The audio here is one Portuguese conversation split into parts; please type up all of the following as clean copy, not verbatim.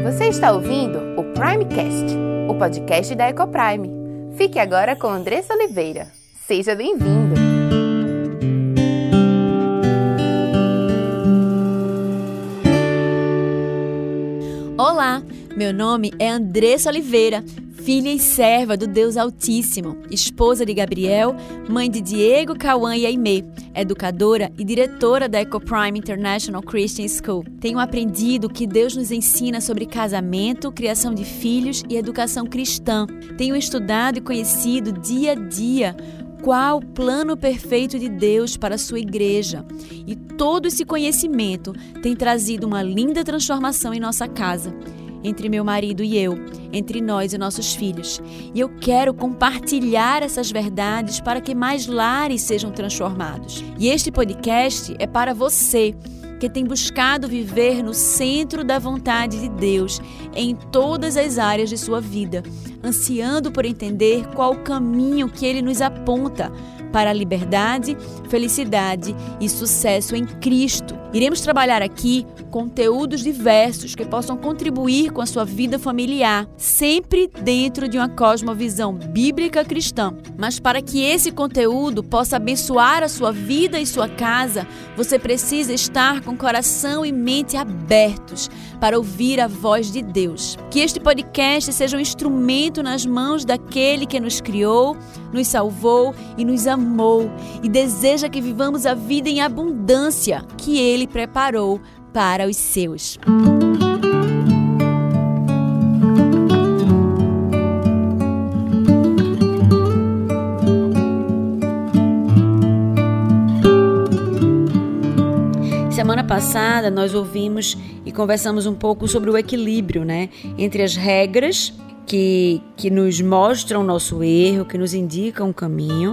Você está ouvindo o Primecast, o podcast da Ecoprime. Fique agora com Andressa Oliveira. Seja bem-vindo! Olá, meu nome é Andressa Oliveira, filha e serva do Deus Altíssimo, esposa de Gabriel, mãe de Diego, Cauã e Aimee, educadora e diretora da Ecoprime International Christian School. Tenho aprendido que Deus nos ensina sobre casamento, criação de filhos e educação cristã. Tenho estudado e conhecido dia a dia qual o plano perfeito de Deus para a sua igreja. E todo esse conhecimento tem trazido uma linda transformação em nossa casa, entre meu marido e eu, entre nós e nossos filhos. E eu quero compartilhar essas verdades para que mais lares sejam transformados. E este podcast é para você que tem buscado viver no centro da vontade de Deus em todas as áreas de sua vida, ansiando por entender qual o caminho que Ele nos aponta para a liberdade, felicidade e sucesso em Cristo. Iremos trabalhar aqui conteúdos diversos que possam contribuir com a sua vida familiar, sempre dentro de uma cosmovisão bíblica cristã. Mas para que esse conteúdo possa abençoar a sua vida e sua casa, você precisa estar com coração e mente abertos para ouvir a voz de Deus. Que este podcast seja um instrumento nas mãos daquele que nos criou, nos salvou e nos amou e deseja que vivamos a vida em abundância que Ele preparou para os seus. Semana passada nós ouvimos e conversamos um pouco sobre o equilíbrio, entre as regras que nos mostram o nosso erro, que nos indicam o caminho,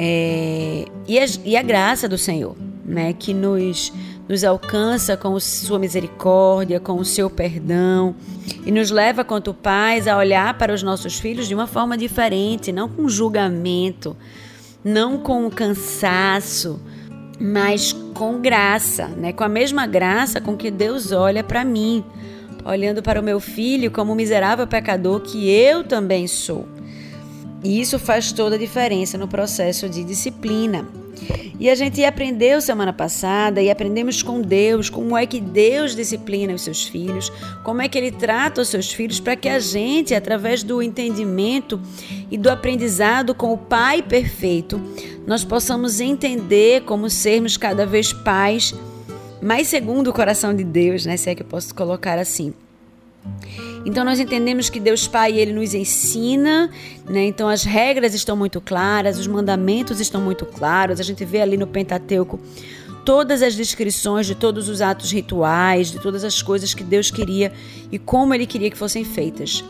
e a graça do Senhor, que nos alcança com sua misericórdia, com o seu perdão e nos leva, quanto pais, a olhar para os nossos filhos de uma forma diferente, não com julgamento, não com cansaço, mas com graça, com a mesma graça com que Deus olha para mim, olhando para o meu filho como um miserável pecador que eu também sou. E isso faz toda a diferença no processo de disciplina. E a gente aprendeu semana passada e aprendemos com Deus, como é que Deus disciplina os seus filhos, como é que Ele trata os seus filhos para que a gente, através do entendimento e do aprendizado com o Pai perfeito, nós possamos entender como sermos cada vez pais mais segundo o coração de Deus, se é que eu posso colocar assim. Então nós entendemos que Deus Pai, Ele nos ensina, então as regras estão muito claras, os mandamentos estão muito claros, a gente vê ali no Pentateuco todas as descrições de todos os atos rituais, de todas as coisas que Deus queria e como Ele queria que fossem feitas.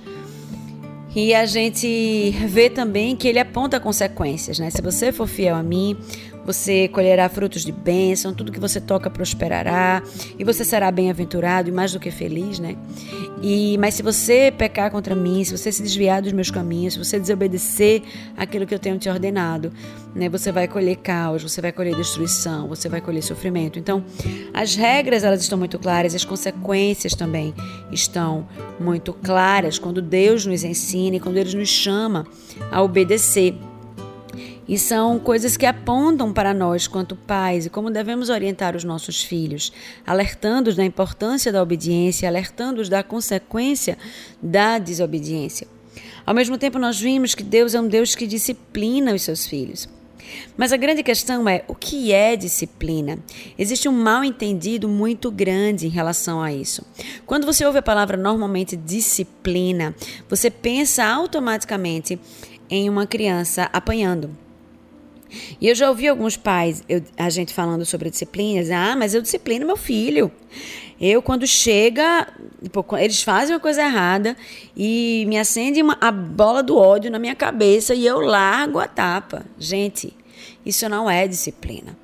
E a gente vê também que Ele aponta consequências, Se você for fiel a mim, você colherá frutos de bênção, tudo que você toca prosperará e você será bem-aventurado e mais do que feliz, Mas se você pecar contra mim, se você se desviar dos meus caminhos, se você desobedecer aquilo que eu tenho te ordenado, você vai colher caos, você vai colher destruição, você vai colher sofrimento. Então, as regras, elas estão muito claras, as consequências também estão muito claras quando Deus nos ensina e quando Ele nos chama a obedecer. E são coisas que apontam para nós, quanto pais, e como devemos orientar os nossos filhos, alertando-os da importância da obediência, alertando-os da consequência da desobediência. Ao mesmo tempo, nós vimos que Deus é um Deus que disciplina os seus filhos. Mas a grande questão é, o que é disciplina? Existe um mal-entendido muito grande em relação a isso. Quando você ouve a palavra normalmente disciplina, você pensa automaticamente em uma criança apanhando. E eu já ouvi alguns pais, a gente falando sobre disciplinas, mas eu disciplino meu filho. Eu, quando chega, eles fazem uma coisa errada e me acende a bola do ódio na minha cabeça e eu largo a tapa. Gente, isso não é disciplina.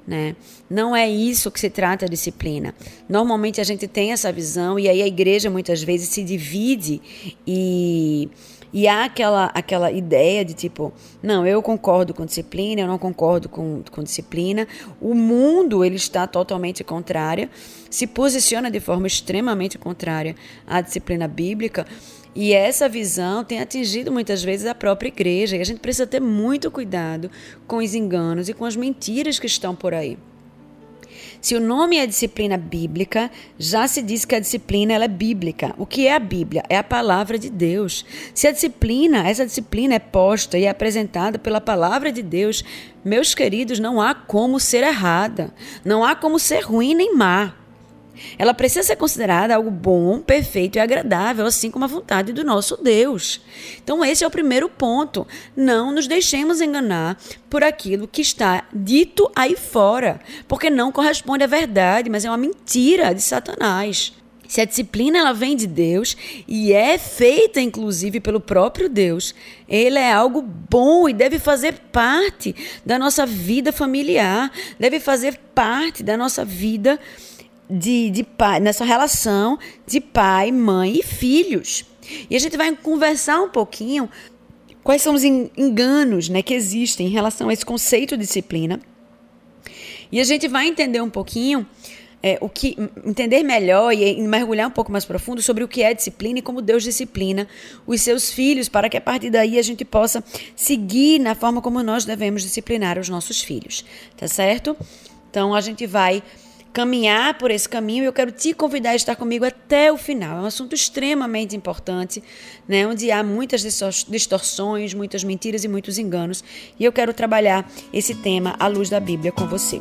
né? Não é isso que se trata a disciplina. Normalmente a gente tem essa visão e aí a igreja muitas vezes se divide e há aquela ideia de tipo, não, eu concordo com disciplina, eu não concordo com disciplina. O mundo, ele está totalmente contrário, se posiciona de forma extremamente contrária à disciplina bíblica. E essa visão tem atingido muitas vezes a própria igreja. E a gente precisa ter muito cuidado com os enganos e com as mentiras que estão por aí. Se o nome é disciplina bíblica, já se diz que a disciplina ela é bíblica. O que é a Bíblia? É a palavra de Deus. Se essa disciplina é posta e é apresentada pela palavra de Deus, meus queridos, não há como ser errada. Não há como ser ruim nem má. Ela precisa ser considerada algo bom, perfeito e agradável, assim como a vontade do nosso Deus. Então esse é o primeiro ponto. Não nos deixemos enganar por aquilo que está dito aí fora, porque não corresponde à verdade, mas é uma mentira de Satanás. Se a disciplina ela vem de Deus e é feita inclusive pelo próprio Deus, ele é algo bom e deve fazer parte da nossa vida familiar, deve fazer parte da nossa vida de pai, nessa relação de pai, mãe e filhos. E a gente vai conversar um pouquinho quais são os enganos, né, que existem em relação a esse conceito de disciplina. E a gente vai entender um pouquinho, entender melhor e mergulhar um pouco mais profundo sobre o que é disciplina e como Deus disciplina os seus filhos, para que a partir daí a gente possa seguir na forma como nós devemos disciplinar os nossos filhos, tá certo? Então a gente vai caminhar por esse caminho e eu quero te convidar a estar comigo até o final. É um assunto extremamente importante, né, onde há muitas distorções, muitas mentiras e muitos enganos. E eu quero trabalhar esse tema à luz da Bíblia com você.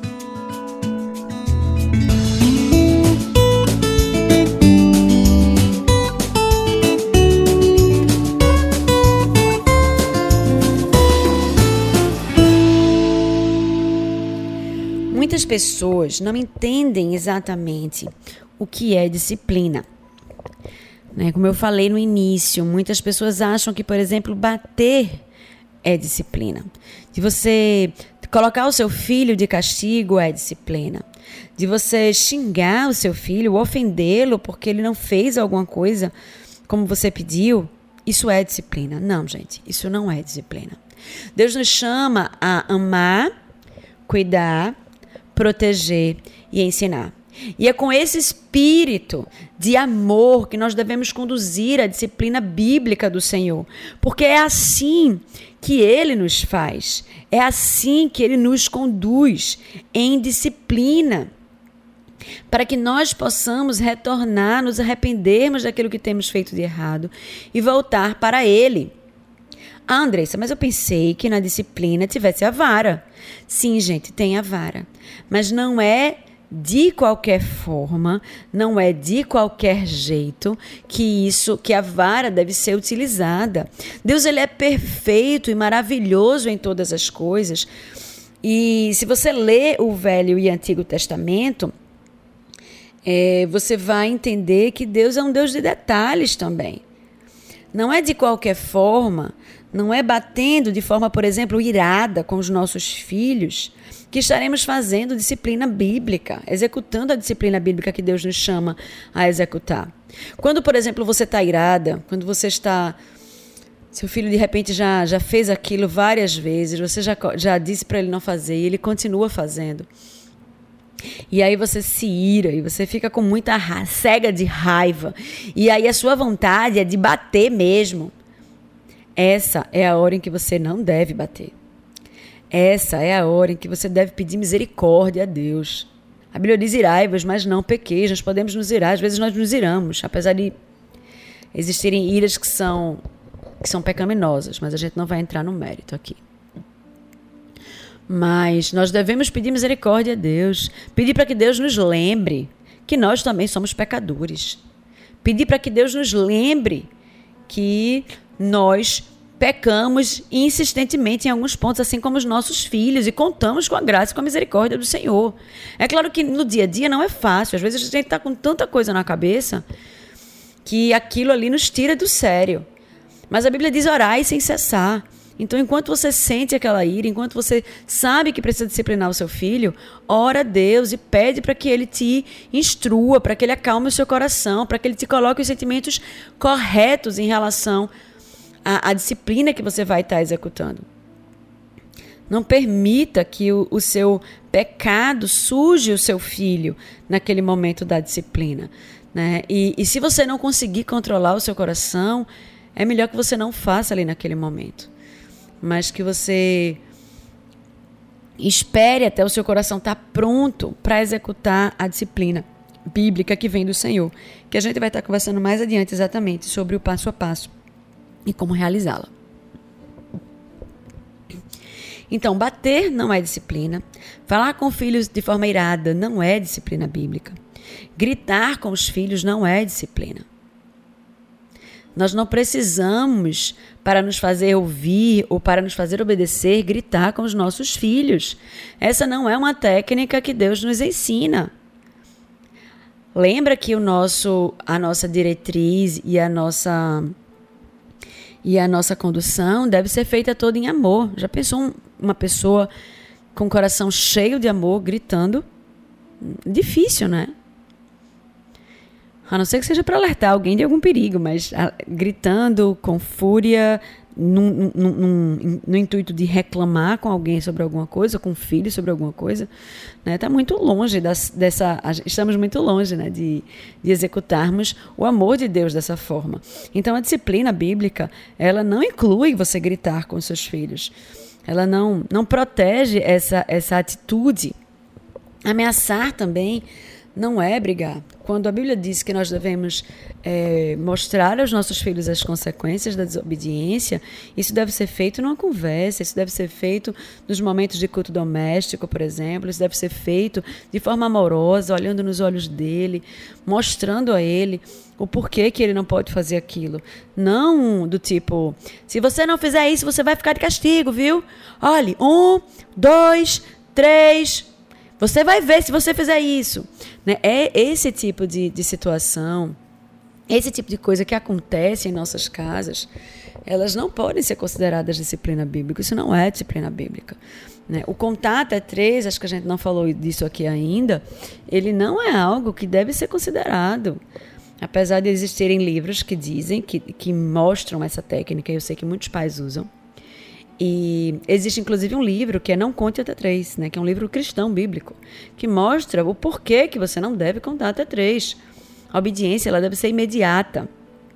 Muitas pessoas não entendem exatamente o que é disciplina. Né? Como eu falei no início, muitas pessoas acham que, por exemplo, bater é disciplina. De você colocar o seu filho de castigo é disciplina. De você xingar o seu filho, ofendê-lo porque ele não fez alguma coisa como você pediu, isso é disciplina. Não, gente, isso não é disciplina. Deus nos chama a amar, cuidar, proteger e ensinar. E é com esse espírito de amor que nós devemos conduzir a disciplina bíblica do Senhor, porque é assim que Ele nos faz, é assim que Ele nos conduz em disciplina, para que nós possamos retornar, nos arrependermos daquilo que temos feito de errado e voltar para Ele. Ah, Andressa, mas eu pensei que na disciplina tivesse a vara. Sim, gente, tem a vara. Mas não é de qualquer forma, não é de qualquer jeito que a vara deve ser utilizada. Deus, ele é perfeito e maravilhoso em todas as coisas. E se você lê o Velho e Antigo Testamento, você vai entender que Deus é um Deus de detalhes também. Não é de qualquer forma, não é batendo de forma, por exemplo, irada com os nossos filhos que estaremos fazendo disciplina bíblica, executando a disciplina bíblica que Deus nos chama a executar. Quando, por exemplo, você está irada, quando você está... Seu filho, de repente, já fez aquilo várias vezes, você já disse para ele não fazer e ele continua fazendo. E aí você se ira e você fica com muita cega de raiva. E aí a sua vontade é de bater mesmo. Essa é a hora em que você não deve bater. Essa é a hora em que você deve pedir misericórdia a Deus. A Bíblia diz irai-vos, mas não pequeis. Nós podemos nos irar, às vezes nós nos iramos, apesar de existirem iras que são pecaminosas, mas a gente não vai entrar no mérito aqui. Mas nós devemos pedir misericórdia a Deus, pedir para que Deus nos lembre que nós também somos pecadores, pedir para que Deus nos lembre que nós pecamos insistentemente em alguns pontos, assim como os nossos filhos, e contamos com a graça e com a misericórdia do Senhor. É claro que no dia a dia não é fácil, às vezes a gente está com tanta coisa na cabeça que aquilo ali nos tira do sério. Mas a Bíblia diz orai sem cessar. Então, enquanto você sente aquela ira, enquanto você sabe que precisa disciplinar o seu filho, ora a Deus e pede para que Ele te instrua, para que Ele acalme o seu coração, para que Ele te coloque os sentimentos corretos em relação à disciplina que você vai estar executando. Não permita que o seu pecado suje o seu filho naquele momento da disciplina, né? E se você não conseguir controlar o seu coração, é melhor que você não faça ali naquele momento. Mas que você espere até o seu coração estar pronto para executar a disciplina bíblica que vem do Senhor. Que a gente vai estar conversando mais adiante exatamente sobre o passo a passo e como realizá-la. Então, bater não é disciplina. Falar com filhos de forma irada não é disciplina bíblica. Gritar com os filhos não é disciplina. Nós não precisamos, para nos fazer ouvir ou para nos fazer obedecer, gritar com os nossos filhos. Essa não é uma técnica que Deus nos ensina. Lembra que a nossa diretriz e a nossa condução deve ser feita toda em amor. Já pensou uma pessoa com o coração cheio de amor gritando? Difícil, né? A não ser que seja para alertar alguém de algum perigo, mas gritando com fúria, no intuito de reclamar com alguém sobre alguma coisa, com o filho sobre alguma coisa, né? Tá muito longe estamos muito longe, né, de executarmos o amor de Deus dessa forma. Então, a disciplina bíblica, ela não inclui você gritar com os seus filhos. Ela não protege essa atitude. Ameaçar também não é brigar. Quando a Bíblia diz que nós devemos mostrar aos nossos filhos as consequências da desobediência, isso deve ser feito numa conversa, isso deve ser feito nos momentos de culto doméstico, por exemplo, isso deve ser feito de forma amorosa, olhando nos olhos dele, mostrando a ele o porquê que ele não pode fazer aquilo. Não do tipo, se você não fizer isso, você vai ficar de castigo, viu? Olhe, 1, 2, 3... Você vai ver se você fizer isso. Né? É esse tipo de situação, esse tipo de coisa que acontece em nossas casas, elas não podem ser consideradas disciplina bíblica. Isso não é disciplina bíblica. Né? O contar até 3, acho que a gente não falou disso aqui ainda, ele não é algo que deve ser considerado. Apesar de existirem livros que dizem, que mostram essa técnica, eu sei que muitos pais usam. E existe inclusive um livro que é Não Conte Até 3, né, que é um livro cristão bíblico, que mostra o porquê que você não deve contar até 3. A obediência, ela deve ser imediata.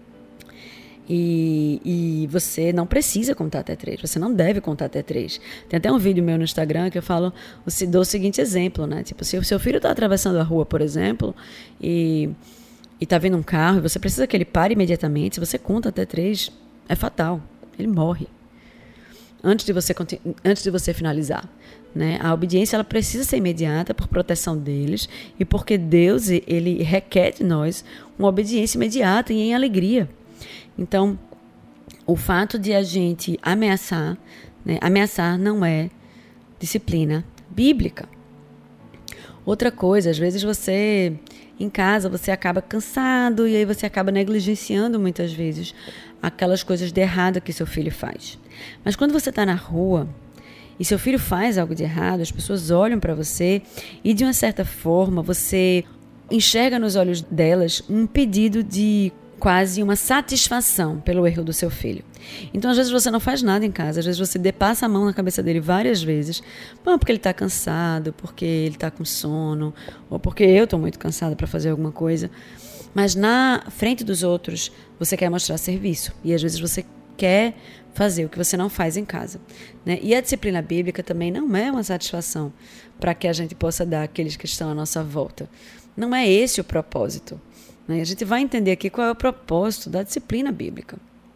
E você não precisa contar até 3, você não deve contar até 3. Tem até um vídeo meu no Instagram que eu dou o seguinte exemplo, né? Tipo, se o seu filho está atravessando a rua, por exemplo, e está vindo um carro e você precisa que ele pare imediatamente, se você conta até 3, é fatal, ele morre. Antes de você finalizar, né? A obediência, ela precisa ser imediata por proteção deles e porque Deus, ele requer de nós uma obediência imediata e em alegria. Então, o fato de a gente ameaçar, né? Ameaçar não é disciplina bíblica. Outra coisa, às vezes você, em casa, você acaba cansado e aí você acaba negligenciando muitas vezes aquelas coisas de errado que seu filho faz. Mas quando você está na rua e seu filho faz algo de errado, as pessoas olham para você e, de uma certa forma, você enxerga nos olhos delas um pedido de quase uma satisfação pelo erro do seu filho. Então, às vezes, você não faz nada em casa, às vezes você passa a mão na cabeça dele várias vezes, porque ele está cansado, porque ele está com sono, ou porque eu estou muito cansada para fazer alguma coisa. Mas na frente dos outros, você quer mostrar serviço. E às vezes você quer fazer o que você não faz em casa. Né? E a disciplina bíblica também não é uma satisfação para que a gente possa dar àqueles que estão à nossa volta. Não é esse o propósito. Né? A gente vai entender aqui qual é o propósito da disciplina bíblica.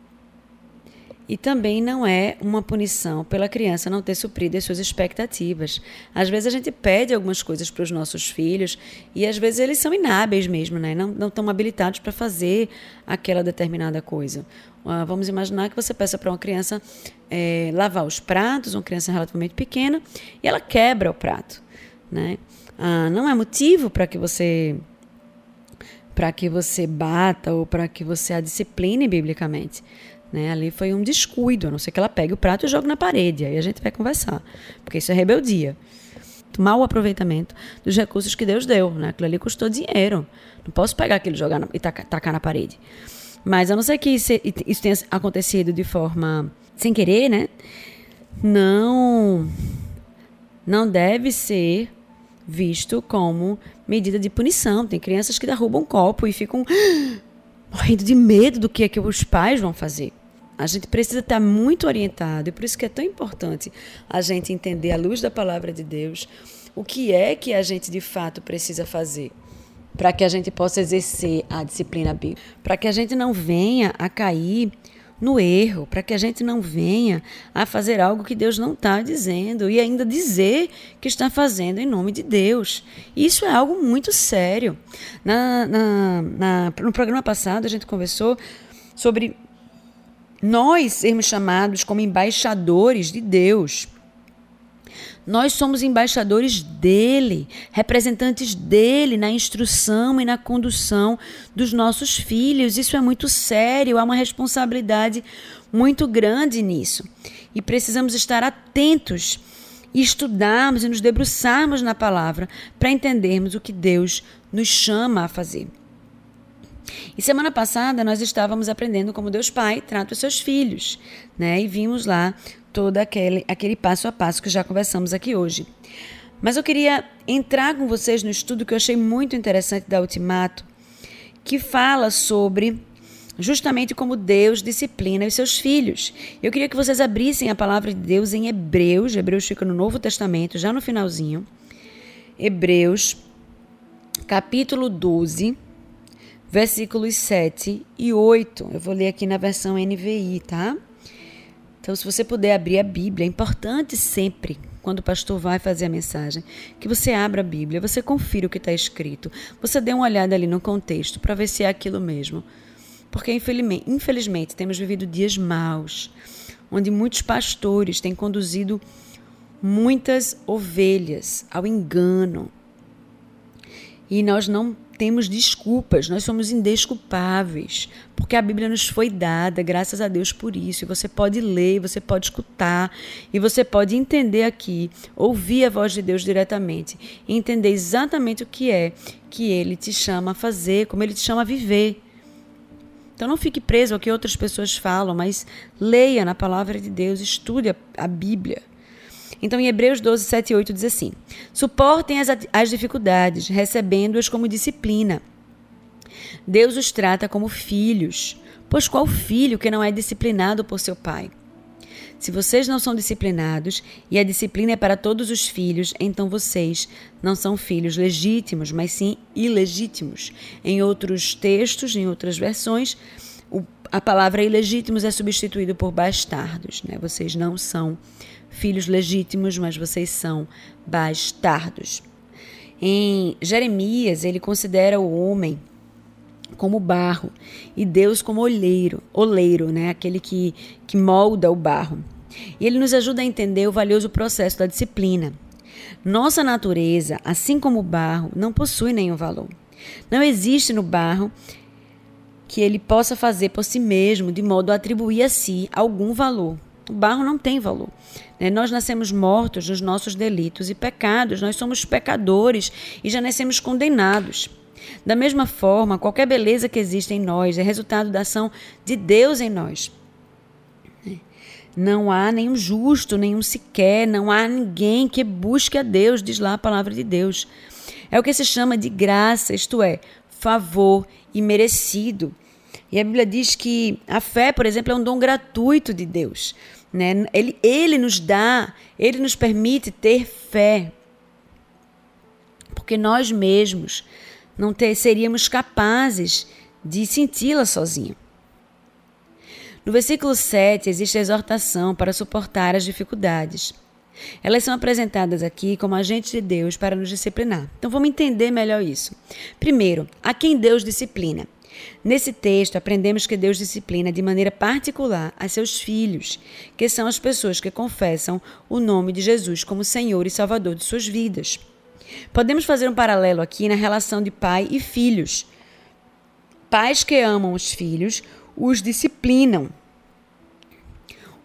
E também não é uma punição pela criança não ter suprido as suas expectativas. Às vezes a gente pede algumas coisas para os nossos filhos e às vezes eles são inábeis mesmo, né? Não estão habilitados para fazer aquela determinada coisa. Vamos imaginar que você peça para uma criança lavar os pratos, uma criança relativamente pequena, e ela quebra o prato. Né? Não é motivo para que você bata ou para que você a discipline biblicamente. né? Ali foi um descuido, a não ser que ela pegue o prato e jogue na parede. Aí a gente vai conversar, porque isso é rebeldia. Mau aproveitamento dos recursos que Deus deu, né? Aquilo ali custou dinheiro. Não posso pegar aquilo, jogar e tacar na parede. Mas a não ser que isso tenha acontecido de forma sem querer, né? Não deve ser visto como medida de punição. Tem crianças que derrubam um copo e ficam morrendo de medo do que é que os pais vão fazer. A gente precisa estar muito orientado, e por isso que é tão importante a gente entender, à luz da palavra de Deus, o que é que a gente de fato precisa fazer para que a gente possa exercer a disciplina bíblica, para que a gente não venha a cair no erro, para que a gente não venha a fazer algo que Deus não está dizendo e ainda dizer que está fazendo em nome de Deus. Isso é algo muito sério. No programa passado a gente conversou sobre nós sermos chamados como embaixadores de Deus. Nós somos embaixadores dele, representantes dele na instrução e na condução dos nossos filhos. Isso é muito sério, há uma responsabilidade muito grande nisso. E precisamos estar atentos e estudarmos e nos debruçarmos na palavra para entendermos o que Deus nos chama a fazer. E semana passada nós estávamos aprendendo como Deus Pai trata os seus filhos, né? E vimos lá todo aquele passo a passo que já conversamos aqui hoje. Mas eu queria entrar com vocês no estudo que eu achei muito interessante da Ultimato, que fala sobre justamente como Deus disciplina os seus filhos. Eu queria que vocês abrissem a palavra de Deus em Hebreus. Hebreus fica no Novo Testamento, já no finalzinho. Hebreus, capítulo 12, versículos 7 e 8. Eu vou ler aqui na versão NVI, tá? Então, se você puder abrir a Bíblia, é importante sempre, quando o pastor vai fazer a mensagem, que você abra a Bíblia, você confira o que está escrito, você dê uma olhada ali no contexto para ver se é aquilo mesmo. Porque, infelizmente, temos vivido dias maus, onde muitos pastores têm conduzido muitas ovelhas ao engano. E nós não temos desculpas, nós somos indesculpáveis, porque a Bíblia nos foi dada, graças a Deus por isso. E você pode ler, você pode escutar, e você pode entender aqui, ouvir a voz de Deus diretamente, e entender exatamente o que é que Ele te chama a fazer, como Ele te chama a viver. Então não fique preso ao que outras pessoas falam, mas leia na palavra de Deus, estude a Bíblia. Então, em Hebreus 12, 7 e 8 diz assim: suportem as dificuldades, recebendo-as como disciplina. Deus os trata como filhos, pois qual filho que não é disciplinado por seu pai? Se vocês não são disciplinados, e a disciplina é para todos os filhos, então vocês não são filhos legítimos, mas sim ilegítimos. Em outros textos, em outras versões, a palavra ilegítimos é substituída por bastardos, né? Vocês não são filhos legítimos, mas vocês são bastardos. Em Jeremias, ele considera o homem como barro e Deus como oleiro, né? Aquele que molda o barro. E ele nos ajuda a entender o valioso processo da disciplina. Nossa natureza, assim como o barro, não possui nenhum valor. Não existe no barro que ele possa fazer por si mesmo, de modo a atribuir a si algum valor. O barro não tem valor. Nós nascemos mortos nos nossos delitos e pecados. Nós somos pecadores e já nascemos condenados. Da mesma forma, qualquer beleza que existe em nós é resultado da ação de Deus em nós. Não há nenhum justo, nenhum sequer, não há ninguém que busque a Deus, diz lá a palavra de Deus. É o que se chama de graça, isto é, favor imerecido. E a Bíblia diz que a fé, por exemplo, é um dom gratuito de Deus, né? Ele nos dá, Ele nos permite ter fé, porque nós mesmos não seríamos capazes de senti-la sozinhos. No versículo 7 existe a exortação para suportar as dificuldades. Elas são apresentadas aqui como agentes de Deus para nos disciplinar. Então vamos entender melhor isso. Primeiro, a quem Deus disciplina? Nesse texto, aprendemos que Deus disciplina de maneira particular a seus filhos, que são as pessoas que confessam o nome de Jesus como Senhor e Salvador de suas vidas. Podemos fazer um paralelo aqui na relação de pai e filhos. Pais que amam os filhos os disciplinam.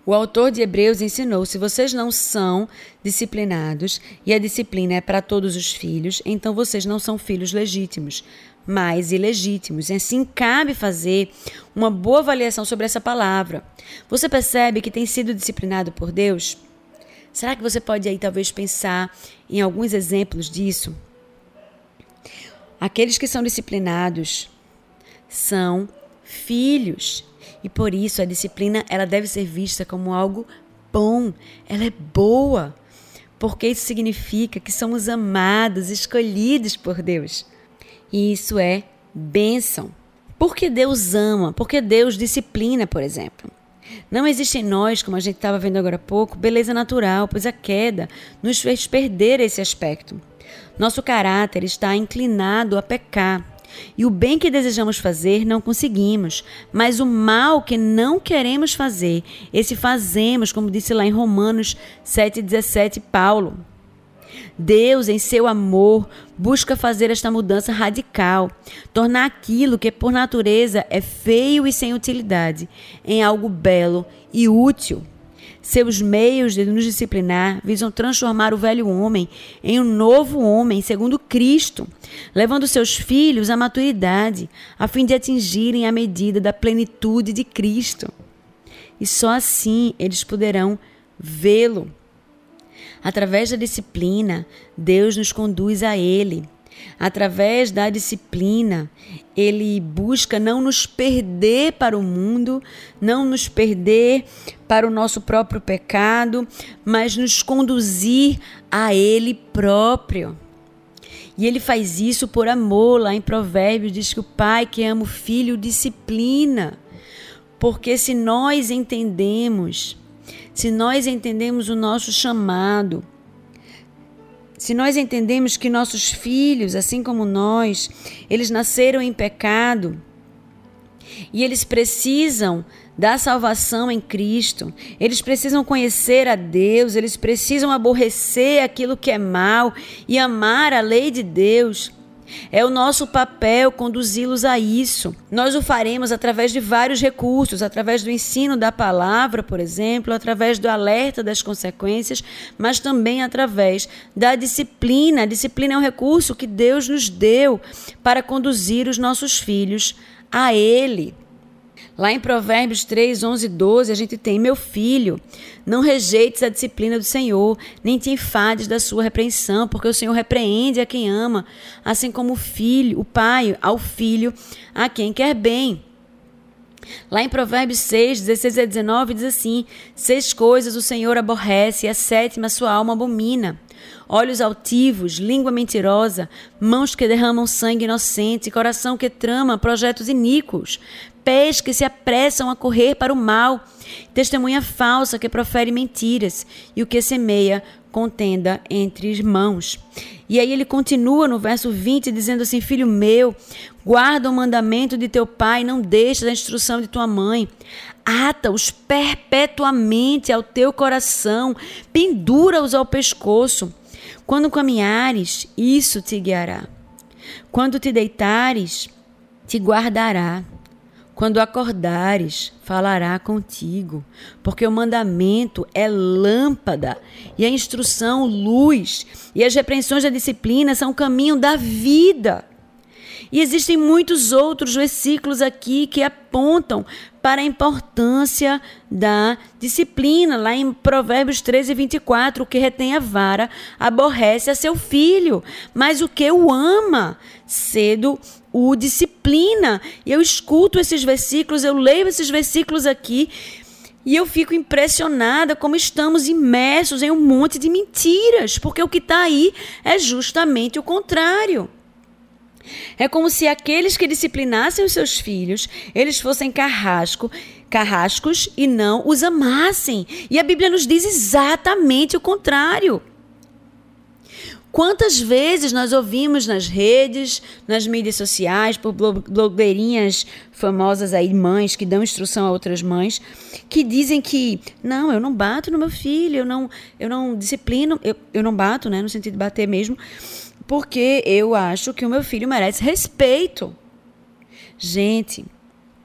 O autor de Hebreus ensinou: se vocês não são disciplinados, e a disciplina é para todos os filhos, então vocês não são filhos legítimos, mas ilegítimos. E assim cabe fazer uma boa avaliação sobre essa palavra. Você percebe que tem sido disciplinado por Deus? Será que você pode aí talvez pensar em alguns exemplos disso? Aqueles que são disciplinados são filhos. E por isso a disciplina ela deve ser vista como algo bom. Ela é boa. Porque isso significa que somos amados, escolhidos por Deus. E isso é bênção. Por que Deus ama? Porque Deus disciplina, por exemplo. Não existe em nós, como a gente estava vendo agora há pouco, beleza natural, pois a queda nos fez perder esse aspecto. Nosso caráter está inclinado a pecar. E o bem que desejamos fazer não conseguimos, mas o mal que não queremos fazer, esse fazemos, como disse lá em Romanos 7,17, Paulo. Deus, em seu amor, busca fazer esta mudança radical, tornar aquilo que por natureza é feio e sem utilidade em algo belo e útil. Seus meios de nos disciplinar visam transformar o velho homem em um novo homem, segundo Cristo, levando seus filhos à maturidade, a fim de atingirem a medida da plenitude de Cristo. E só assim eles poderão vê-lo. Através da disciplina, Deus nos conduz a Ele. Através da disciplina, Ele busca não nos perder para o mundo, não nos perder para o nosso próprio pecado, mas nos conduzir a Ele próprio. E Ele faz isso por amor. Lá em Provérbios diz que o pai que ama o filho disciplina. Porque se nós entendemos o nosso chamado, se nós entendemos que nossos filhos, assim como nós, eles nasceram em pecado e eles precisam da salvação em Cristo, eles precisam conhecer a Deus, eles precisam aborrecer aquilo que é mal e amar a lei de Deus. É o nosso papel conduzi-los a isso. Nós o faremos através de vários recursos, através do ensino da palavra, por exemplo, através do alerta das consequências, mas também através da disciplina. A disciplina é um recurso que Deus nos deu para conduzir os nossos filhos a Ele. Lá em Provérbios 3, 11 e 12, a gente tem: meu filho, não rejeites a disciplina do Senhor, nem te enfades da sua repreensão, porque o Senhor repreende a quem ama, assim como o pai ao filho, a quem quer bem. Lá em Provérbios 6, 16 a 19, diz assim: 6 coisas o Senhor aborrece, e a 7ª a sua alma abomina: olhos altivos, língua mentirosa, mãos que derramam sangue inocente, coração que trama projetos iníquos, pés que se apressam a correr para o mal, testemunha falsa que profere mentiras, e o que semeia contenda entre irmãos. E aí ele continua no verso 20, dizendo assim: filho meu, guarda o mandamento de teu pai, não deixes a instrução de tua mãe. Ata-os perpetuamente ao teu coração, pendura-os ao pescoço. Quando caminhares, isso te guiará. Quando te deitares, te guardará. Quando acordares, falará contigo, porque o mandamento é lâmpada e a instrução luz, e as repreensões da disciplina são o caminho da vida. E existem muitos outros versículos aqui que apontam para a importância da disciplina. Lá em Provérbios 13, 24, o que retém a vara aborrece a seu filho, mas o que o ama, cedo o disciplina. E eu escuto esses versículos, eu leio esses versículos aqui e eu fico impressionada como estamos imersos em um monte de mentiras, porque o que está aí é justamente o contrário. É como se aqueles que disciplinassem os seus filhos, eles fossem carrascos e não os amassem. E a Bíblia nos diz exatamente o contrário. Quantas vezes nós ouvimos nas redes, nas mídias sociais, por blogueirinhas famosas aí, mães que dão instrução a outras mães, que dizem que, não, eu não bato no meu filho, eu não disciplino, eu não bato, né, no sentido de bater mesmo, porque eu acho que o meu filho merece respeito. Gente,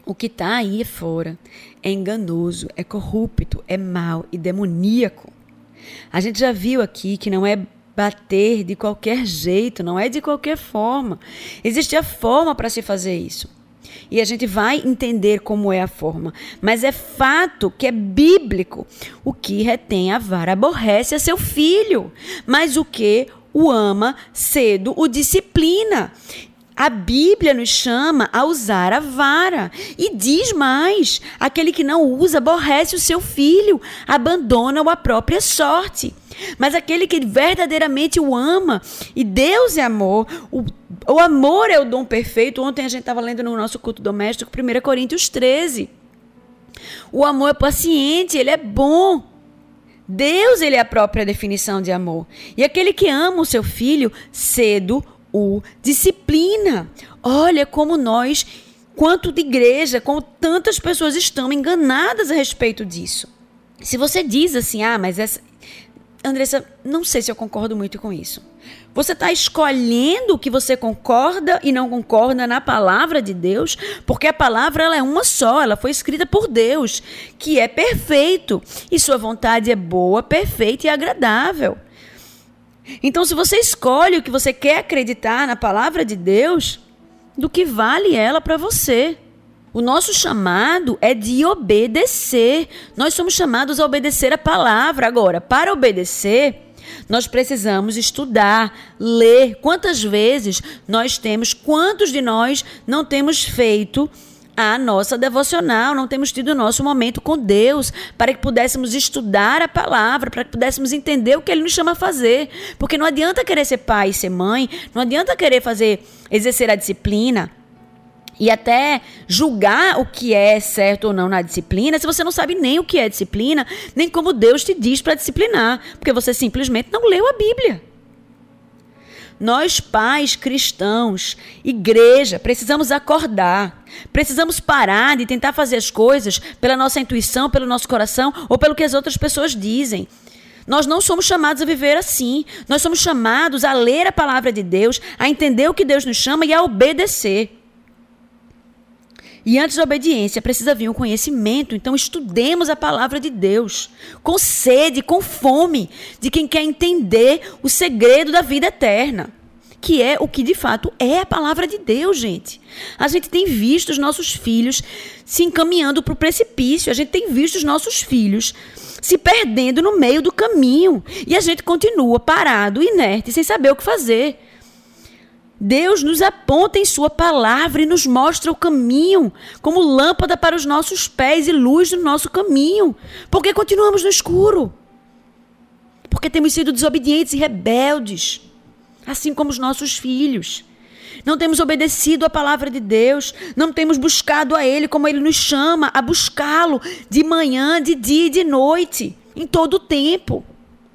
O que está aí fora é enganoso, é corrupto, é mau e demoníaco. A gente já viu aqui que não é bater de qualquer jeito, não é de qualquer forma. Existe a forma para se fazer isso. E a gente vai entender como é a forma. Mas é fato que é bíblico. O que retém a vara aborrece a seu filho, mas o que o ama cedo o disciplina. A Bíblia nos chama a usar a vara. E diz mais: aquele que não usa aborrece o seu filho, abandona-o à própria sorte. Mas aquele que verdadeiramente o ama, e Deus é amor, o amor é o dom perfeito. Ontem a gente estava lendo no nosso culto doméstico 1 Coríntios 13. O amor é paciente, ele é bom. Deus, ele é a própria definição de amor. E aquele que ama o seu filho, cedo o disciplina. Olha como nós, quanto de igreja, como tantas pessoas estão enganadas a respeito disso. Se você diz assim, mas Andressa, não sei se eu concordo muito com isso. Você está escolhendo o que você concorda e não concorda na palavra de Deus, porque a palavra ela é uma só, ela foi escrita por Deus, que é perfeito, e sua vontade é boa, perfeita e agradável. Então, se você escolhe o que você quer acreditar na palavra de Deus, do que vale ela para você? O nosso chamado é de obedecer. Nós somos chamados a obedecer a palavra. Agora, para obedecer, nós precisamos estudar, ler. Quantos de nós não temos feito a nossa devocional, não temos tido o nosso momento com Deus, para que pudéssemos estudar a palavra, para que pudéssemos entender o que Ele nos chama a fazer. Porque não adianta querer ser pai e ser mãe, não adianta querer exercer a disciplina e até julgar o que é certo ou não na disciplina, se você não sabe nem o que é disciplina, nem como Deus te diz para disciplinar, porque você simplesmente não leu a Bíblia. Nós, pais cristãos, igreja, precisamos acordar. Precisamos parar de tentar fazer as coisas pela nossa intuição, pelo nosso coração ou pelo que as outras pessoas dizem. Nós não somos chamados a viver assim. Nós somos chamados a ler a palavra de Deus, a entender o que Deus nos chama e a obedecer. E antes da obediência precisa vir um conhecimento. Então estudemos a palavra de Deus com sede, com fome de quem quer entender o segredo da vida eterna, que é o que de fato é a palavra de Deus, gente. A gente tem visto os nossos filhos se encaminhando para o precipício. A gente tem visto os nossos filhos se perdendo no meio do caminho. E a gente continua parado, inerte, sem saber o que fazer. Deus nos aponta em sua palavra e nos mostra o caminho como lâmpada para os nossos pés e luz no nosso caminho. Por que continuamos no escuro? Porque temos sido desobedientes e rebeldes, assim como os nossos filhos. Não temos obedecido à palavra de Deus, não temos buscado a Ele como Ele nos chama a buscá-lo de manhã, de dia e de noite, em todo o tempo.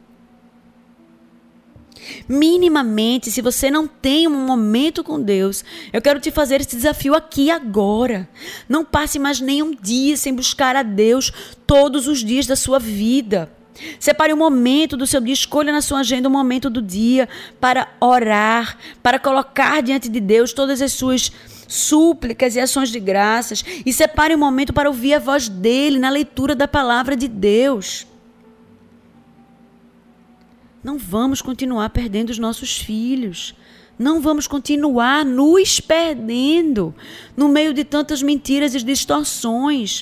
Minimamente, se você não tem um momento com Deus, eu quero te fazer esse desafio aqui agora. Não passe mais nenhum dia sem buscar a Deus todos os dias da sua vida. Separe um momento do seu dia, escolha na sua agenda um momento do dia para orar, para colocar diante de Deus todas as suas súplicas e ações de graças, e separe um momento para ouvir a voz dele na leitura da palavra de Deus. Não vamos continuar perdendo os nossos filhos. Não vamos continuar nos perdendo no meio de tantas mentiras e distorções.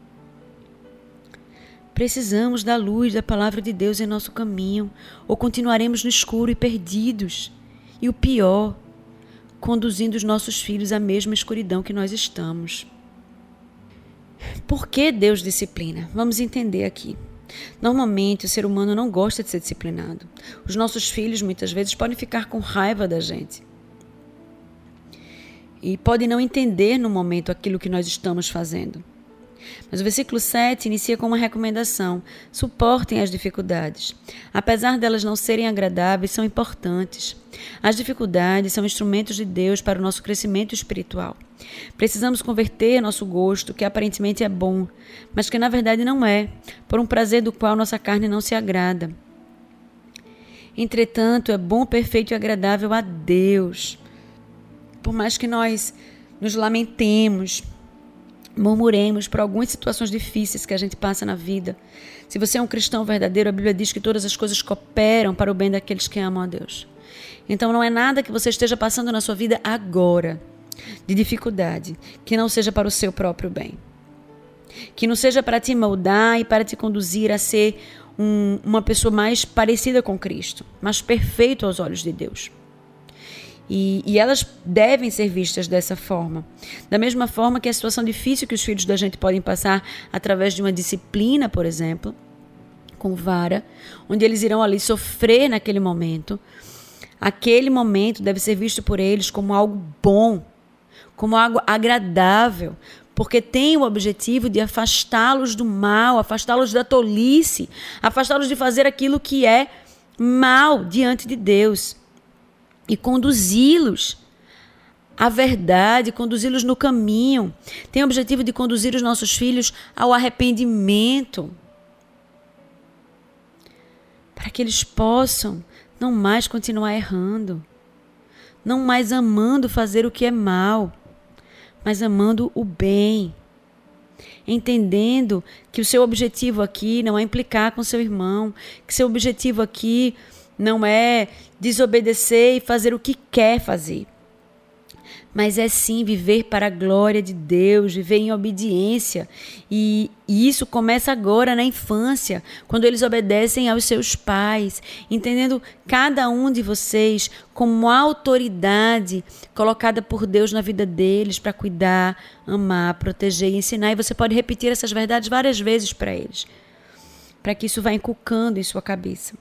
Precisamos da luz da palavra de Deus em nosso caminho, ou continuaremos no escuro e perdidos. E o pior, conduzindo os nossos filhos à mesma escuridão que nós estamos. Por que Deus disciplina? Vamos entender aqui. Normalmente, o ser humano não gosta de ser disciplinado. Os nossos filhos, muitas vezes, podem ficar com raiva da gente. E podem não entender no momento aquilo que nós estamos fazendo. Mas o versículo 7 inicia com uma recomendação. Suportem as dificuldades. Apesar delas não serem agradáveis, são importantes. As dificuldades são instrumentos de Deus para o nosso crescimento espiritual. Precisamos converter nosso gosto, que aparentemente é bom, mas que na verdade não é, por um prazer do qual nossa carne não se agrada. Entretanto, é bom, perfeito e agradável a Deus. Por mais que nós nos lamentemos, murmuremos por algumas situações difíceis que a gente passa na vida. Se você é um cristão verdadeiro, a Bíblia diz que todas as coisas cooperam para o bem daqueles que amam a Deus. Então não é nada que você esteja passando na sua vida agora, de dificuldade, que não seja para o seu próprio bem. Que não seja para te moldar e para te conduzir a ser uma pessoa mais parecida com Cristo, mais perfeito aos olhos de Deus. E elas devem ser vistas dessa forma. Da mesma forma que a situação difícil que os filhos da gente podem passar através de uma disciplina, por exemplo, com vara, onde eles irão ali sofrer naquele momento. Aquele momento deve ser visto por eles como algo bom, como algo agradável, porque tem o objetivo de afastá-los do mal, afastá-los da tolice, afastá-los de fazer aquilo que é mal diante de Deus e conduzi-los à verdade, conduzi-los no caminho. Tem o objetivo de conduzir os nossos filhos ao arrependimento, para que eles possam não mais continuar errando, não mais amando fazer o que é mal, mas amando o bem, entendendo que o seu objetivo aqui não é implicar com seu irmão, que seu objetivo aqui não é desobedecer e fazer o que quer fazer, mas é sim viver para a glória de Deus, viver em obediência. E isso começa agora na infância, quando eles obedecem aos seus pais, entendendo cada um de vocês como autoridade colocada por Deus na vida deles para cuidar, amar, proteger e ensinar. E você pode repetir essas verdades várias vezes para eles, para que isso vá inculcando em sua cabeça.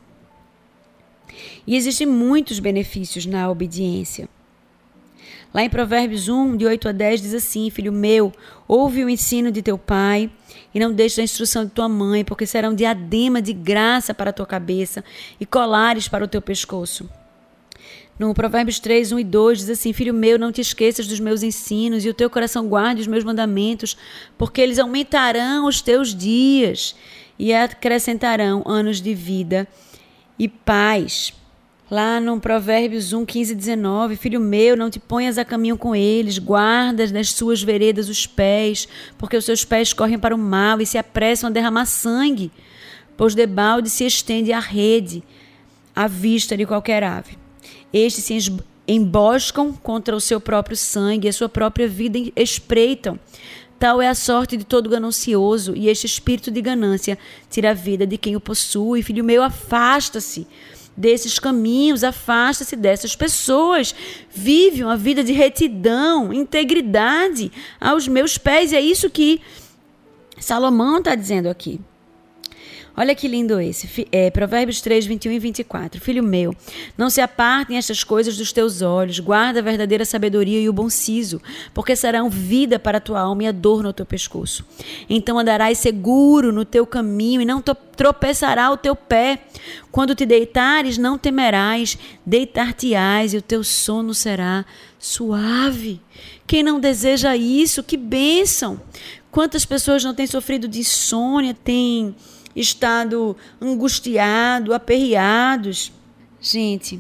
E existem muitos benefícios na obediência. Lá em Provérbios 1, de 8 a 10, diz assim: Filho meu, ouve o ensino de teu pai e não deixe a instrução de tua mãe, porque será um diadema de graça para a tua cabeça e colares para o teu pescoço. No Provérbios 3, 1 e 2, diz assim: Filho meu, não te esqueças dos meus ensinos e o teu coração guarde os meus mandamentos, porque eles aumentarão os teus dias e acrescentarão anos de vida e paz. Lá no Provérbios 1, 15 e 19, Filho meu, não te ponhas a caminho com eles, guardas nas suas veredas os pés, porque os seus pés correm para o mal e se apressam a derramar sangue, pois debalde se estende a rede à vista de qualquer ave. Estes se emboscam contra o seu próprio sangue, a sua própria vida espreitam. Tal é a sorte de todo ganancioso, e este espírito de ganância tira a vida de quem o possui. Filho meu, afasta-se desses caminhos, afasta-se dessas pessoas. Vive uma vida de retidão, integridade aos meus pés. E é isso que Salomão está dizendo aqui. Olha que lindo esse. Provérbios 3, 21 e 24. Filho meu, não se apartem estas coisas dos teus olhos. Guarda a verdadeira sabedoria e o bom siso, porque serão vida para a tua alma e adorno ao teu pescoço. Então andarás seguro no teu caminho e não tropeçará o teu pé. Quando te deitares, não temerás. Deitar-te-ás e o teu sono será suave. Quem não deseja isso, que bênção! Quantas pessoas não têm sofrido de insônia, têm estado angustiados, aperreados. Gente,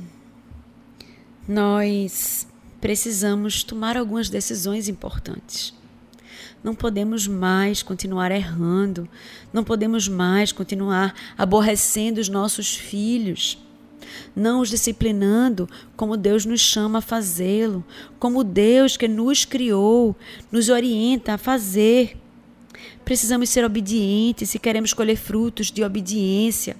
nós precisamos tomar algumas decisões importantes. Não podemos mais continuar errando, não podemos mais continuar aborrecendo os nossos filhos, não os disciplinando como Deus nos chama a fazê-lo, como Deus que nos criou, nos orienta a fazer. Precisamos ser obedientes se queremos colher frutos de obediência.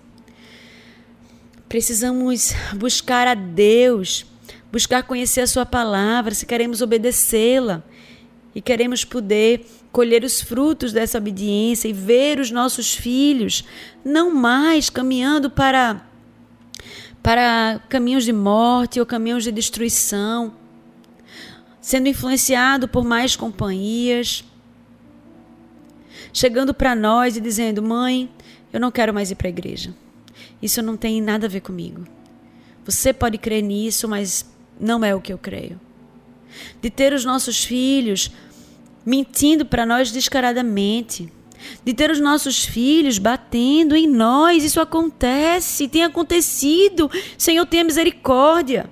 Precisamos buscar a Deus, buscar conhecer a sua palavra, se queremos obedecê-la e queremos poder colher os frutos dessa obediência e ver os nossos filhos não mais caminhando para caminhos de morte ou caminhos de destruição, sendo influenciado por mais companhias, chegando para nós e dizendo: mãe, eu não quero mais ir para a igreja. Isso não tem nada a ver comigo. Você pode crer nisso, mas não é o que eu creio. De ter os nossos filhos mentindo para nós descaradamente. De ter os nossos filhos batendo em nós. Isso acontece, tem acontecido. Senhor, tenha misericórdia.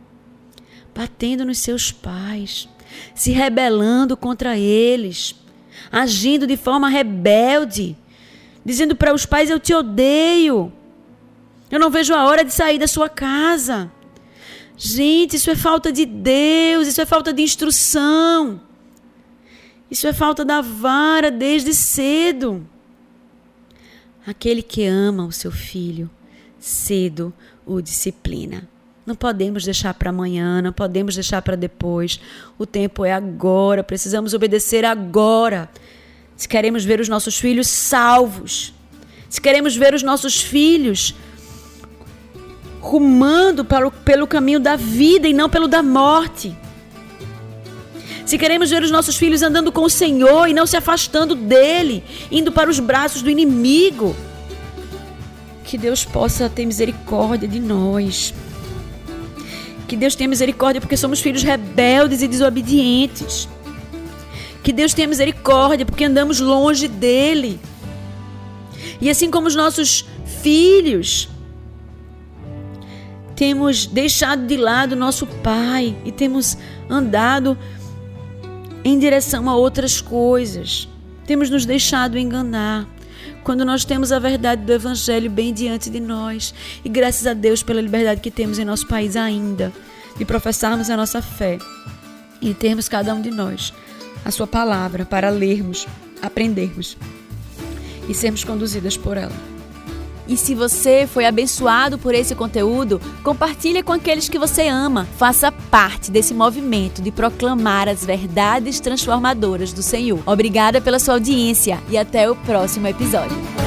Batendo nos seus pais, se rebelando contra eles, agindo de forma rebelde, dizendo para os pais: eu te odeio, eu não vejo a hora de sair da sua casa. Gente, isso é falta de Deus, isso é falta de instrução, isso é falta da vara desde cedo. Aquele que ama o seu filho, cedo o disciplina. Não podemos deixar para amanhã, não podemos deixar para depois. O tempo é agora, precisamos obedecer agora. Se queremos ver os nossos filhos salvos, se queremos ver os nossos filhos rumando pelo caminho da vida e não pelo da morte. Se queremos ver os nossos filhos andando com o Senhor e não se afastando dele, indo para os braços do inimigo, que Deus possa ter misericórdia de nós. Que Deus tenha misericórdia porque somos filhos rebeldes e desobedientes. Que Deus tenha misericórdia porque andamos longe dele. E assim como os nossos filhos, temos deixado de lado nosso Pai e temos andado em direção a outras coisas. Temos nos deixado enganar quando nós temos a verdade do Evangelho bem diante de nós. E graças a Deus pela liberdade que temos em nosso país ainda, de professarmos a nossa fé e termos cada um de nós a sua palavra para lermos, aprendermos e sermos conduzidas por ela. E se você foi abençoado por esse conteúdo, compartilhe com aqueles que você ama. Faça parte desse movimento de proclamar as verdades transformadoras do Senhor. Obrigada pela sua audiência e até o próximo episódio.